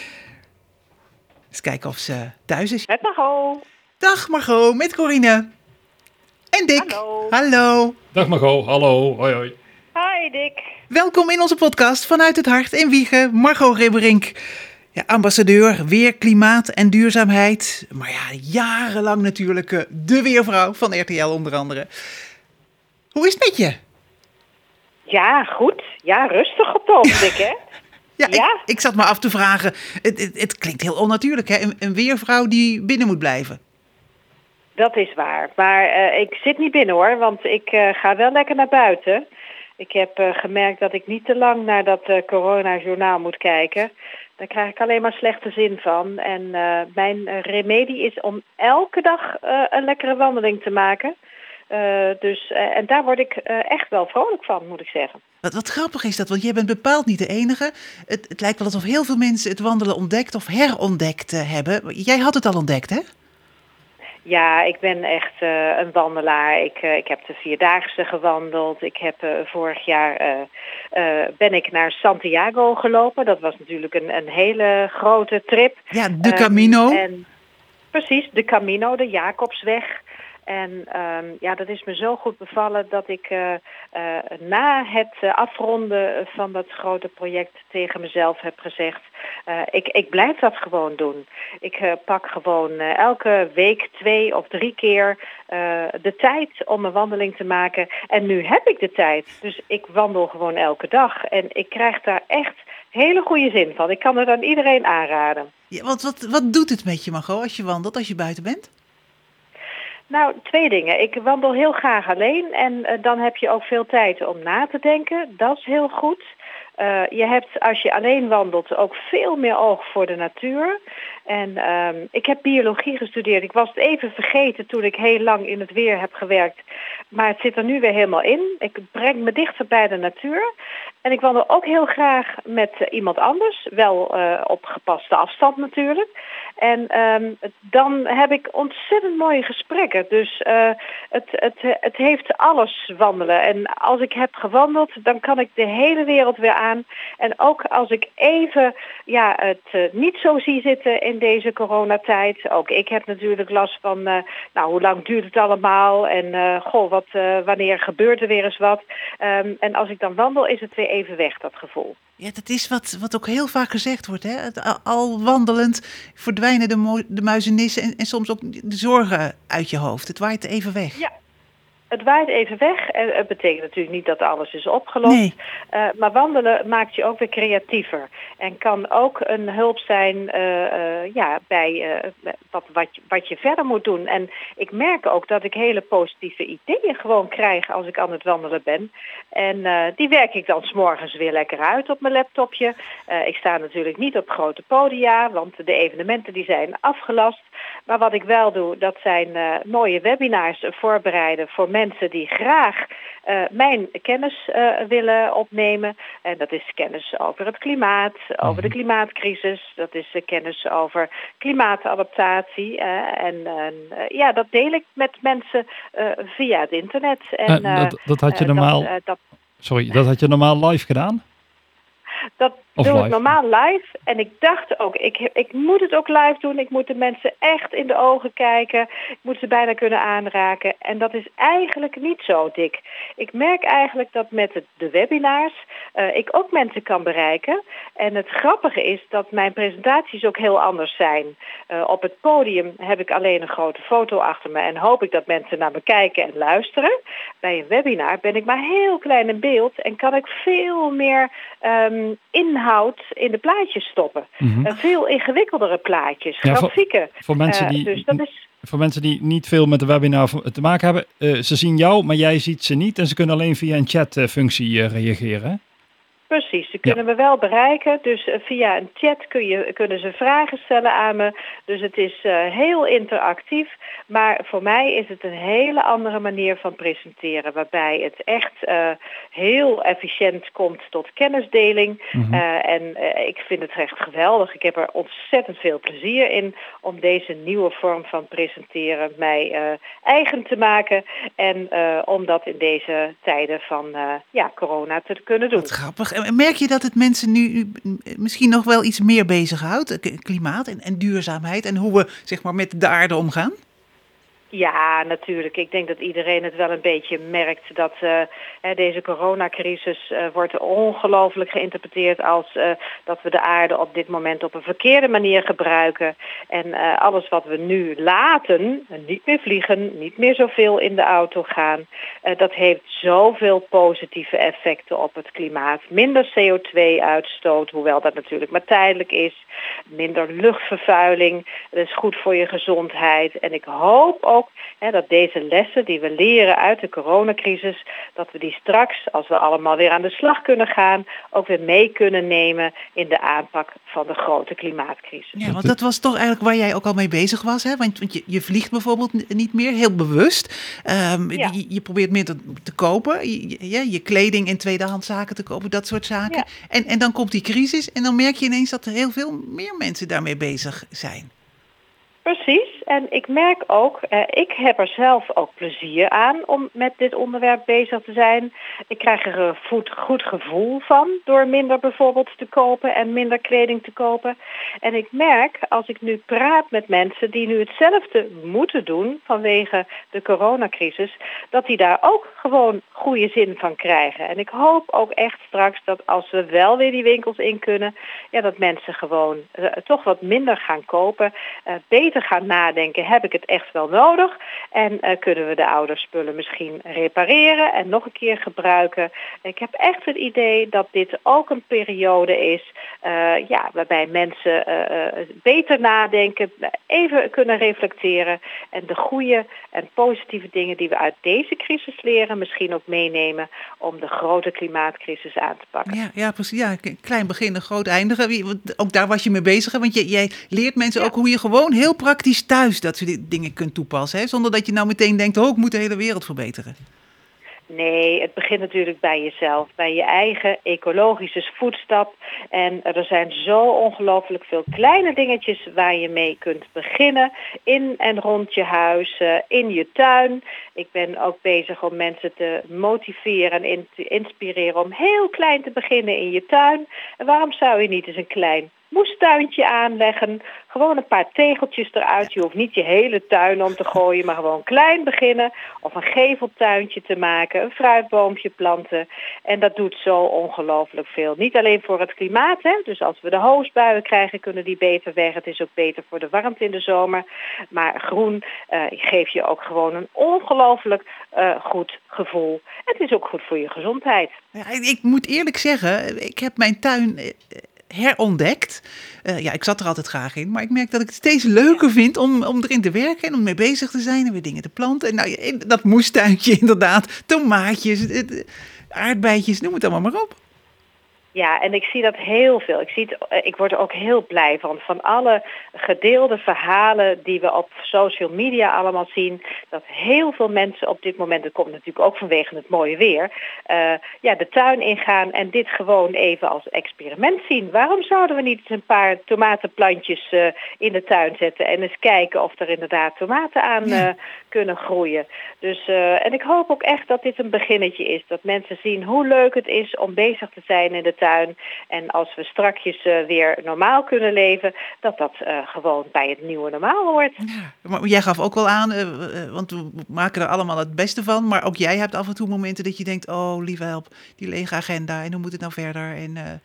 Eens kijken of ze thuis is. Met Margot. Dag Margot, met Corine. En Dick. Hallo. Dag Margot, hallo. Hoi hoi. Hi Dick. Welkom in onze podcast Vanuit het Hart in Wijchen. Margot Ribberink. Ja, ambassadeur, weer, klimaat en duurzaamheid. Maar jarenlang natuurlijk de weervrouw van RTL onder andere. Hoe is het met je? Ja, goed. Ja, rustig op het ogenblik, hè? Ik zat me af te vragen. Het klinkt heel onnatuurlijk, hè? Een weervrouw die binnen moet blijven. Dat is waar. Maar ik zit niet binnen, hoor. Want ik ga wel lekker naar buiten. Ik heb gemerkt dat ik niet te lang naar dat coronajournaal moet kijken. Daar krijg ik alleen maar slechte zin van. En mijn remedie is om elke dag een lekkere wandeling te maken. En daar word ik echt wel vrolijk van, moet ik zeggen. Wat grappig is dat, want jij bent bepaald niet de enige. Het lijkt wel alsof heel veel mensen het wandelen ontdekt of herontdekt hebben. Jij had het al ontdekt, hè? Ja, ik ben echt een wandelaar. Ik heb de 4-daagse gewandeld. Ik heb vorig jaar ben ik naar Santiago gelopen. Dat was natuurlijk een hele grote trip. Ja, de Camino. Precies, de Camino, de Jacobsweg. En dat is me zo goed bevallen dat ik na het afronden van dat grote project tegen mezelf heb gezegd, ik blijf dat gewoon doen. Ik pak gewoon elke week 2 of 3 keer de tijd om een wandeling te maken. En nu heb ik de tijd, dus ik wandel gewoon elke dag. En ik krijg daar echt hele goede zin van. Ik kan het aan iedereen aanraden. Ja, wat doet het met je, Margot, als je wandelt, als je buiten bent? Nou, 2 dingen. Ik wandel heel graag alleen en dan heb je ook veel tijd om na te denken. Dat is heel goed. Je hebt, als je alleen wandelt, ook veel meer oog voor de natuur. En ik heb biologie gestudeerd. Ik was het even vergeten toen ik heel lang in het weer heb gewerkt. Maar het zit er nu weer helemaal in. Ik breng me dichter bij de natuur. En ik wandel ook heel graag met iemand anders. Wel op gepaste afstand natuurlijk. En dan heb ik ontzettend mooie gesprekken. Dus het heeft alles wandelen. En als ik heb gewandeld, dan kan ik de hele wereld weer aan. En ook als ik even het niet zo zie zitten in deze coronatijd. Ook ik heb natuurlijk last van, hoe lang duurt het allemaal? En wanneer gebeurt er weer eens wat? En als ik dan wandel, is het weer even weg, dat gevoel. Ja, dat is wat ook heel vaak gezegd wordt, hè? Al wandelend verdwijnen de muizenissen en soms ook de zorgen uit je hoofd. Het waait even weg. Ja. Het waait even weg en het betekent natuurlijk niet dat alles is opgelost. Nee. Maar wandelen maakt je ook weer creatiever. En kan ook een hulp zijn bij wat je verder moet doen. En ik merk ook dat ik hele positieve ideeën gewoon krijg als ik aan het wandelen ben. En die werk ik dan 's morgens weer lekker uit op mijn laptopje. Ik sta natuurlijk niet op grote podia, want de evenementen die zijn afgelast. Maar wat ik wel doe, dat zijn mooie webinars voorbereiden voor mensen die graag mijn kennis willen opnemen. En dat is kennis over het klimaat, over de klimaatcrisis. Dat is kennis over klimaatadaptatie. Dat deel ik met mensen via het internet. En, dat had je normaal... dat had je normaal live gedaan? Dat Of doe live. ik normaal live. En ik dacht ook, ik moet het ook live doen. Ik moet de mensen echt in de ogen kijken. Ik moet ze bijna kunnen aanraken. En dat is eigenlijk niet zo, Dick. Ik merk eigenlijk dat met de webinars ik ook mensen kan bereiken. En het grappige is dat mijn presentaties ook heel anders zijn. Op het podium heb ik alleen een grote foto achter me en hoop ik dat mensen naar me kijken en luisteren. Bij een webinar ben ik maar heel klein in beeld en kan ik veel meer inhoud in de plaatjes stoppen. Veel ingewikkeldere plaatjes, grafieken. Voor mensen die niet veel met de webinar te maken hebben, ze zien jou, maar jij ziet ze niet en ze kunnen alleen via een chatfunctie reageren. Hè? Precies, ze kunnen me wel bereiken. Dus via een chat kunnen ze vragen stellen aan me. Dus het is heel interactief. Maar voor mij is het een hele andere manier van presenteren. Waarbij het echt heel efficiënt komt tot kennisdeling. Ik vind het echt geweldig. Ik heb er ontzettend veel plezier in om deze nieuwe vorm van presenteren mij eigen te maken. En om dat in deze tijden van corona te kunnen doen. Wat grappig. En merk je dat het mensen nu misschien nog wel iets meer bezighoudt? Klimaat en duurzaamheid en hoe we zeg maar met de aarde omgaan? Ja, natuurlijk. Ik denk dat iedereen het wel een beetje merkt dat deze coronacrisis wordt ongelooflijk geïnterpreteerd als dat we de aarde op dit moment op een verkeerde manier gebruiken. En alles wat we nu laten, niet meer vliegen, niet meer zoveel in de auto gaan, dat heeft zoveel positieve effecten op het klimaat. Minder CO2-uitstoot, hoewel dat natuurlijk maar tijdelijk is. Minder luchtvervuiling. Dat is goed voor je gezondheid. En ik hoop ook ook dat deze lessen die we leren uit de coronacrisis, dat we die straks, als we allemaal weer aan de slag kunnen gaan, ook weer mee kunnen nemen in de aanpak van de grote klimaatcrisis. Ja, want dat was toch eigenlijk waar jij ook al mee bezig was, hè? Want je vliegt bijvoorbeeld niet meer, heel bewust. Je probeert meer te kopen, je kleding in tweedehandszaken te kopen, dat soort zaken. Ja. En dan komt die crisis en dan merk je ineens dat er heel veel meer mensen daarmee bezig zijn. Precies. En ik merk ook, ik heb er zelf ook plezier aan om met dit onderwerp bezig te zijn. Ik krijg er een goed gevoel van door minder bijvoorbeeld te kopen en minder kleding te kopen. En ik merk, als ik nu praat met mensen die nu hetzelfde moeten doen vanwege de coronacrisis, dat die daar ook gewoon goede zin van krijgen. En ik hoop ook echt straks dat als we wel weer die winkels in kunnen, dat mensen gewoon toch wat minder gaan kopen, beter gaan nadenken. Heb ik het echt wel nodig? En kunnen we de oude spullen misschien repareren en nog een keer gebruiken? Ik heb echt het idee dat dit ook een periode is waarbij mensen beter nadenken, even kunnen reflecteren en de goede en positieve dingen die we uit deze crisis leren misschien ook meenemen om de grote klimaatcrisis aan te pakken. Ja, precies. Ja, klein beginnen, groot eindigen. Ook daar was je mee bezig, hè? Want jij leert mensen ook hoe je gewoon heel praktisch thuis dat soort dingen kunt toepassen, hè? Zonder dat je nou meteen denkt, ik moet de hele wereld verbeteren. Nee, het begint natuurlijk bij jezelf, bij je eigen ecologische voetstap. En er zijn zo ongelooflijk veel kleine dingetjes waar je mee kunt beginnen. In en rond je huis, in je tuin. Ik ben ook bezig om mensen te motiveren en te inspireren om heel klein te beginnen in je tuin. En waarom zou je niet eens een klein moestuintje aanleggen? Gewoon een paar tegeltjes eruit. Je hoeft niet je hele tuin om te gooien, maar gewoon klein beginnen. Of een geveltuintje te maken, een fruitboompje planten. En dat doet zo ongelooflijk veel. Niet alleen voor het klimaat, hè? Dus als we de hoosbuien krijgen, kunnen die beter weg. Het is ook beter voor de warmte in de zomer. Maar groen geeft je ook gewoon een ongelooflijk goed gevoel. Het is ook goed voor je gezondheid. Ja, ik moet eerlijk zeggen, ik heb mijn tuin herontdekt. Ik zat er altijd graag in, maar ik merk dat ik het steeds leuker vind om erin te werken en om mee bezig te zijn en weer dingen te planten. En dat moestuintje inderdaad, tomaatjes, aardbeidjes, noem het allemaal maar op. Ja, en ik zie dat heel veel. Ik word er ook heel blij van alle gedeelde verhalen die we op social media allemaal zien. Dat heel veel mensen op dit moment, dat komt natuurlijk ook vanwege het mooie weer, de tuin ingaan en dit gewoon even als experiment zien. Waarom zouden we niet eens een paar tomatenplantjes in de tuin zetten en eens kijken of er inderdaad tomaten aan kunnen groeien. Dus, en ik hoop ook echt dat dit een beginnetje is. Dat mensen zien hoe leuk het is om bezig te zijn in de tuin. En als we strakjes weer normaal kunnen leven, dat gewoon bij het nieuwe normaal wordt. Ja, maar jij gaf ook wel aan, want we maken er allemaal het beste van, maar ook jij hebt af en toe momenten dat je denkt, lieve help, die lege agenda en hoe moet het nou verder? En,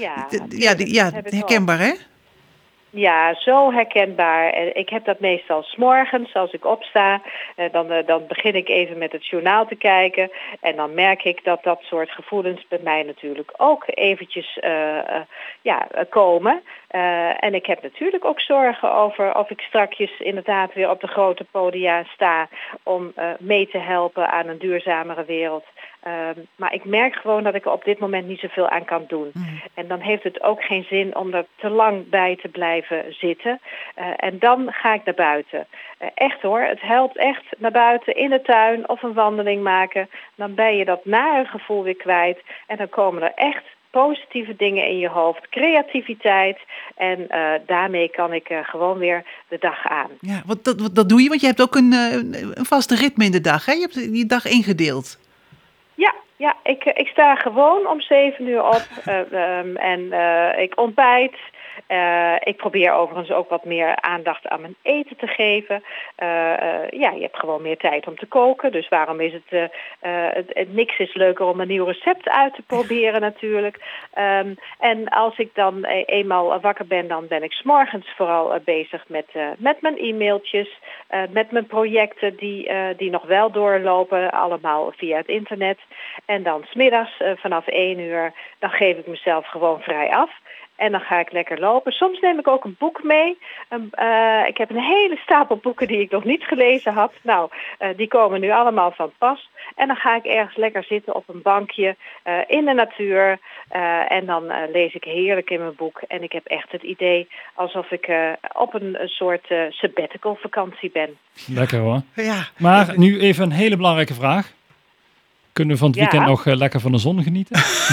herkenbaar hè? Ja, zo herkenbaar. Ik heb dat meestal 's morgens als ik opsta. Dan begin ik even met het journaal te kijken. En dan merk ik dat soort gevoelens bij mij natuurlijk ook eventjes komen. En ik heb natuurlijk ook zorgen over of ik strakjes inderdaad weer op de grote podia sta om mee te helpen aan een duurzamere wereld. Maar ik merk gewoon dat ik er op dit moment niet zoveel aan kan doen. En dan heeft het ook geen zin om er te lang bij te blijven zitten. En dan ga ik naar buiten. Echt hoor, het helpt echt naar buiten in de tuin of een wandeling maken. Dan ben je dat nare gevoel weer kwijt. En dan komen er echt positieve dingen in je hoofd, creativiteit. En daarmee kan ik gewoon weer de dag aan. Ja, dat doe je, want je hebt ook een vaste ritme in de dag. Hè? Je hebt die dag ingedeeld. Ja, ik sta gewoon om 7 uur op en ik ontbijt. Ik probeer overigens ook wat meer aandacht aan mijn eten te geven. Je hebt gewoon meer tijd om te koken. Dus waarom is het niks is leuker om een nieuw recept uit te proberen natuurlijk. En als ik dan eenmaal wakker ben, dan ben ik 's morgens vooral bezig met mijn e-mailtjes. Met mijn projecten die nog wel doorlopen, allemaal via het internet. En dan 's middags vanaf 1 uur, dan geef ik mezelf gewoon vrij af. En dan ga ik lekker lopen. Soms neem ik ook een boek mee. Ik heb een hele stapel boeken die ik nog niet gelezen had. Nou, die komen nu allemaal van pas. En dan ga ik ergens lekker zitten op een bankje in de natuur. En dan lees ik heerlijk in mijn boek. En ik heb echt het idee alsof ik op een soort sabbatical vakantie ben. Lekker hoor. Ja. Maar nu even een hele belangrijke vraag. Kunnen we van het weekend nog lekker van de zon genieten?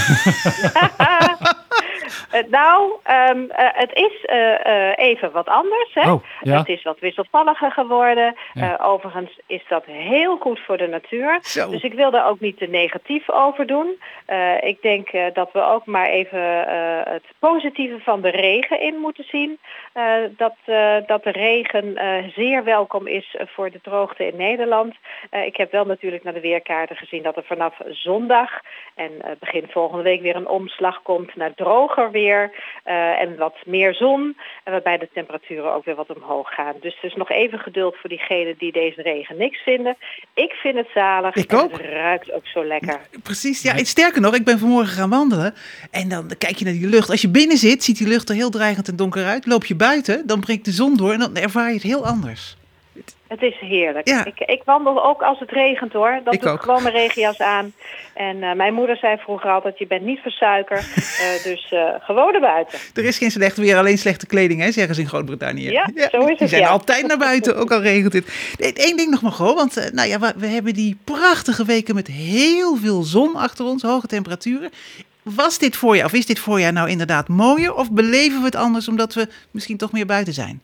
Het is even wat anders. Hè? Oh, ja. Het is wat wisselvalliger geworden. Ja. Overigens is dat heel goed voor de natuur. Zo. Dus ik wil daar ook niet te negatief over doen. Ik denk dat we ook maar even het positieve van de regen in moeten zien. Dat de regen zeer welkom is voor de droogte in Nederland. Ik heb wel natuurlijk naar de weerkaarten gezien dat er vanaf zondag en begin volgende week weer een omslag komt naar droger weer en wat meer zon. Waarbij de temperaturen ook weer wat omhoog gaan. Dus er is nog even geduld voor diegenen die deze regen niks vinden. Ik vind het zalig. Ik ook. En het ruikt ook zo lekker. Precies, ja. Sterker nog, ik ben vanmorgen gaan wandelen. En dan kijk je naar die lucht. Als je binnen zit, ziet die lucht er heel dreigend en donker uit. Loop je buiten, dan breekt de zon door en dan ervaar je het heel anders. Het is heerlijk. Ja. Ik wandel ook als het regent hoor. Dan doe ik ook. gewoon mijn regenjas aan. En mijn moeder zei vroeger altijd, je bent niet voor suiker. Dus gewoon naar buiten. Er is geen slecht weer, alleen slechte kleding, hè, zeggen ze in Groot-Brittannië. Ja, zo is het. Die zijn altijd naar buiten, ook al regent het. Eén ding nog, Margot, want we hebben die prachtige weken met heel veel zon achter ons, hoge temperaturen. Was dit voorjaar, of is dit voorjaar nou inderdaad mooier? Of beleven we het anders omdat we misschien toch meer buiten zijn?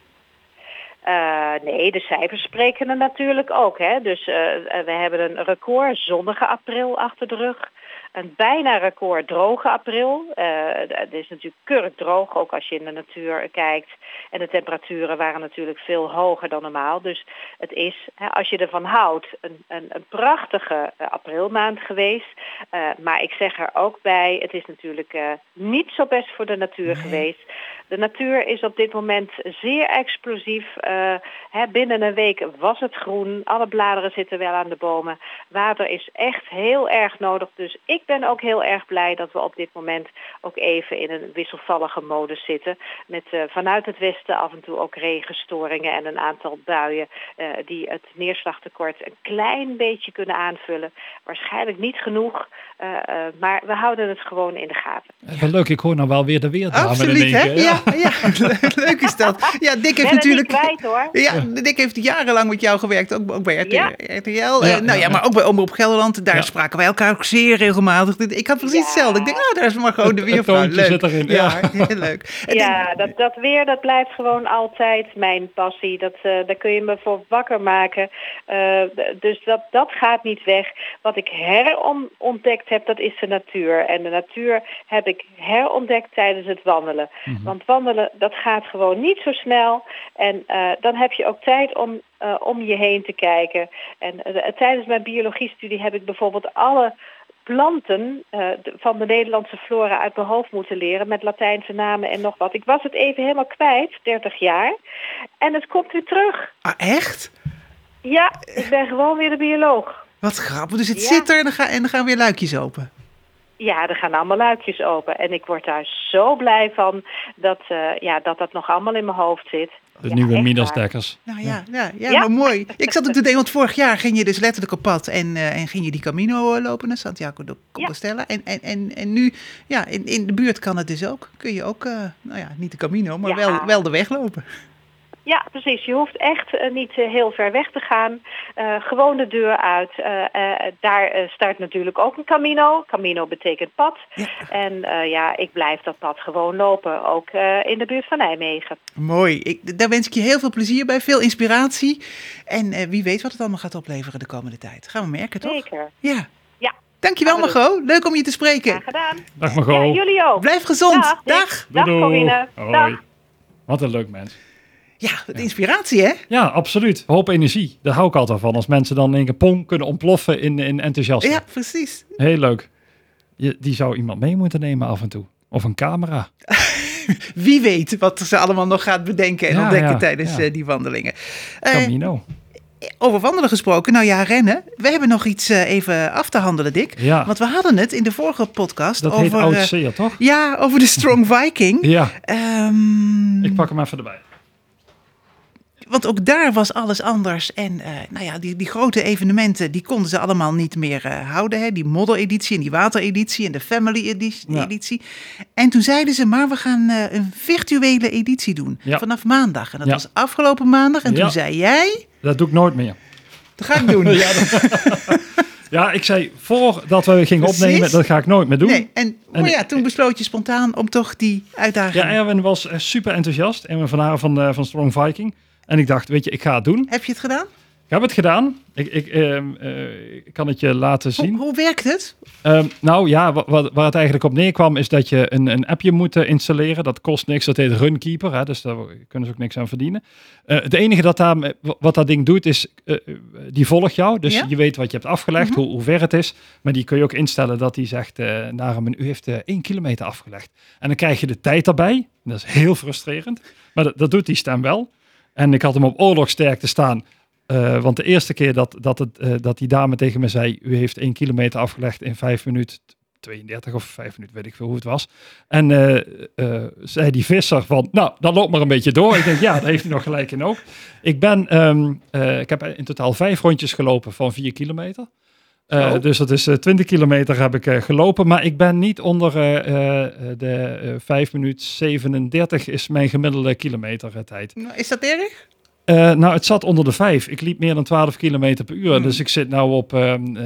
Nee, de cijfers spreken er natuurlijk ook. Hè? Dus we hebben een record zonnige april achter de rug. Een bijna record droge april. Het is natuurlijk keurig droog, ook als je in de natuur kijkt. En de temperaturen waren natuurlijk veel hoger dan normaal. Dus het is, als je ervan houdt, een prachtige aprilmaand geweest. Maar ik zeg er ook bij, het is natuurlijk niet zo best voor de natuur geweest. De natuur is op dit moment zeer explosief. Binnen een week was het groen. Alle bladeren zitten wel aan de bomen. Water is echt heel erg nodig. Dus ik ben ook heel erg blij dat we op dit moment ook even in een wisselvallige modus zitten. Met vanuit het westen af en toe ook regenstoringen en een aantal buien die het neerslagtekort een klein beetje kunnen aanvullen. Waarschijnlijk niet genoeg, maar we houden het gewoon in de gaten. Wel leuk, ik hoor nou wel weer de weerdame. Absoluut, hè? Ja, leuk is dat. Ja, Dick heeft natuurlijk... niet kwijt, hoor. Ja, Dick heeft jarenlang met jou gewerkt, ook bij RTL. Maar ook bij Omroep Gelderland. Daar spraken wij elkaar ook zeer regelmatig. Ik had precies hetzelfde. Ik denk, daar is Margot de weervrouw. Leuk. Zit erin. Ja, heel leuk. Ja, dat weer, dat blijft gewoon altijd mijn passie. Daar kun je me voor wakker maken. Dus dat gaat niet weg. Wat ik herontdekt heb, dat is de natuur. En de natuur heb ik herontdekt tijdens het wandelen. Mm-hmm. Want wandelen, dat gaat gewoon niet zo snel. En dan heb je ook tijd om je heen te kijken. En tijdens mijn biologiestudie heb ik bijvoorbeeld alle planten van de Nederlandse flora uit mijn hoofd moeten leren met Latijnse namen en nog wat. Ik was het even helemaal kwijt, 30 jaar. En het komt weer terug. Ah, echt? Ja, ik ben gewoon weer de bioloog. Wat grappig. Dus het zit er en dan gaan weer luikjes open. Ja, er gaan allemaal luikjes open. En ik word daar zo blij van dat nog allemaal in mijn hoofd zit. De nieuwe Midas-dekkers. Nou ja, maar mooi. Ik zat ook te denken, want vorig jaar ging je dus letterlijk op pad en ging je die Camino lopen naar Santiago de Compostela. En nu, in de buurt kan het dus ook. Kun je ook, niet de Camino, maar wel de weg lopen. Ja, precies. Je hoeft echt niet heel ver weg te gaan. Gewoon de deur uit. Daar start natuurlijk ook een Camino. Camino betekent pad. Ja. En ik blijf dat pad gewoon lopen. Ook in de buurt van Nijmegen. Mooi. Daar wens ik je heel veel plezier bij. Veel inspiratie. En wie weet wat het allemaal gaat opleveren de komende tijd. Gaan we merken, toch? Zeker. Ja. Dankjewel, Margot. Leuk om je te spreken. Graag gedaan. Dag, Margot. Ja, jullie ook. Blijf gezond. Dag. Dag, Corine. Dag. Wat een leuk mens. Ja, de inspiratie, hè? Ja, absoluut. Hoop energie. Daar hou ik altijd van. Als mensen dan in een kunnen ontploffen in enthousiasme. Ja, precies. Heel leuk. Die zou iemand mee moeten nemen af en toe. Of een camera. Wie weet wat ze allemaal nog gaat bedenken en ontdekken tijdens die wandelingen. Camino. Over wandelen gesproken, nou ja, rennen. We hebben nog iets even af te handelen, Dick. Ja. Want we hadden het in de vorige podcast Dat over... heet Oud Zeer, toch? Ja, over de Strong Viking. Ja, ik pak hem even erbij. Want ook daar was alles anders. En die grote evenementen, die konden ze allemaal niet meer houden. Hè? Die moddereditie en die watereditie en de family editie. En toen zeiden ze, maar we gaan een virtuele editie doen. Ja. Vanaf maandag. En dat was afgelopen maandag. En toen zei jij... Dat doe ik nooit meer. Dat ga ik doen. Ja, ik zei voordat we gingen opnemen, dat ga ik nooit meer doen. Nee, toen besloot je spontaan om toch die uitdaging... Ja, Erwin was super enthousiast. Erwin van Haar van Strong Viking. En ik dacht, weet je, ik ga het doen. Heb je het gedaan? Ik heb het gedaan. Ik kan het je laten zien. Hoe werkt het? Waar het eigenlijk op neerkwam is dat je een appje moet installeren. Dat kost niks, dat heet Runkeeper. Hè, dus daar kunnen ze ook niks aan verdienen. Het enige wat dat ding doet is, die volgt jou. Dus je weet wat je hebt afgelegd, hoe ver het is. Maar die kun je ook instellen dat die zegt, u heeft 1 kilometer afgelegd. En dan krijg je de tijd daarbij. Dat is heel frustrerend. Maar dat doet die stem wel. En ik had hem op oorlogsterkte staan. Want de eerste keer dat die dame tegen me zei, u heeft 1 kilometer afgelegd in 5 minuten 32 of 5 minuten, weet ik veel hoe het was. En zei die visser van, nou, dan loopt maar een beetje door. Ik denk, ja, daar heeft hij nog gelijk in ook. Ik heb in totaal 5 rondjes gelopen van 4 kilometer. Dus dat is 20 kilometer heb ik gelopen. Maar ik ben niet onder de 5 minuten 37 is mijn gemiddelde kilometer tijd. Is dat erg? Het zat onder de 5. Ik liep meer dan 12 kilometer per uur. Dus ik zit nou op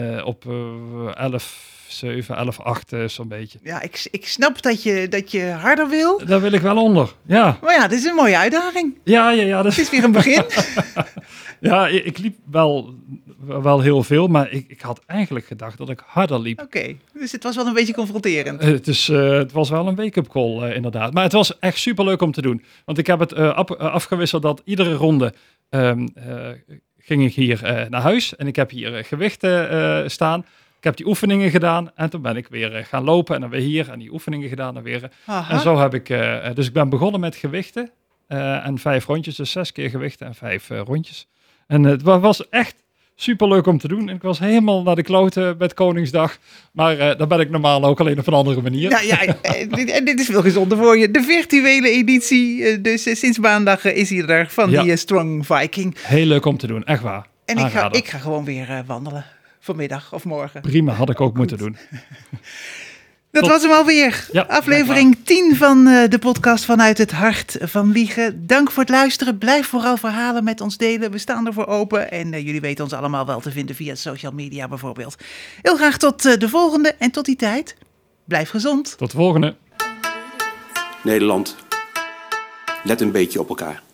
11,7, 11,8 zo'n beetje. Ja, ik snap dat je harder wil. Daar wil ik wel onder, ja. Maar ja, dit is een mooie uitdaging. Ja. Het is weer een begin. Ja, ik liep wel heel veel, maar ik had eigenlijk gedacht dat ik harder liep. Oké, dus het was wel een beetje confronterend. Het was wel een wake-up call, inderdaad. Maar het was echt superleuk om te doen. Want ik heb het afgewisseld dat iedere ronde ging ik hier naar huis. En ik heb hier gewichten staan. Ik heb die oefeningen gedaan en toen ben ik weer gaan lopen en dan weer hier en die oefeningen gedaan en weer. En zo heb ik, dus ik ben begonnen met gewichten en 5 rondjes, dus 6 keer gewichten en 5 rondjes. En het was echt superleuk om te doen. En ik was helemaal naar de kloten met Koningsdag. Maar dan ben ik normaal ook alleen op een andere manier. Ja, en dit is veel gezonder voor je. De virtuele editie, dus sinds maandag is hij er van die Strong Viking. Heel leuk om te doen, echt waar. En ik ga gewoon weer wandelen. Vanmiddag of morgen. Prima, had ik ook moeten doen. Dat was hem alweer. Ja, aflevering 10 van de podcast Vanuit het Hart van Wijchen. Dank voor het luisteren. Blijf vooral verhalen met ons delen. We staan ervoor open. En jullie weten ons allemaal wel te vinden via social media bijvoorbeeld. Heel graag tot de volgende. En tot die tijd, blijf gezond. Tot de volgende. Nederland, let een beetje op elkaar.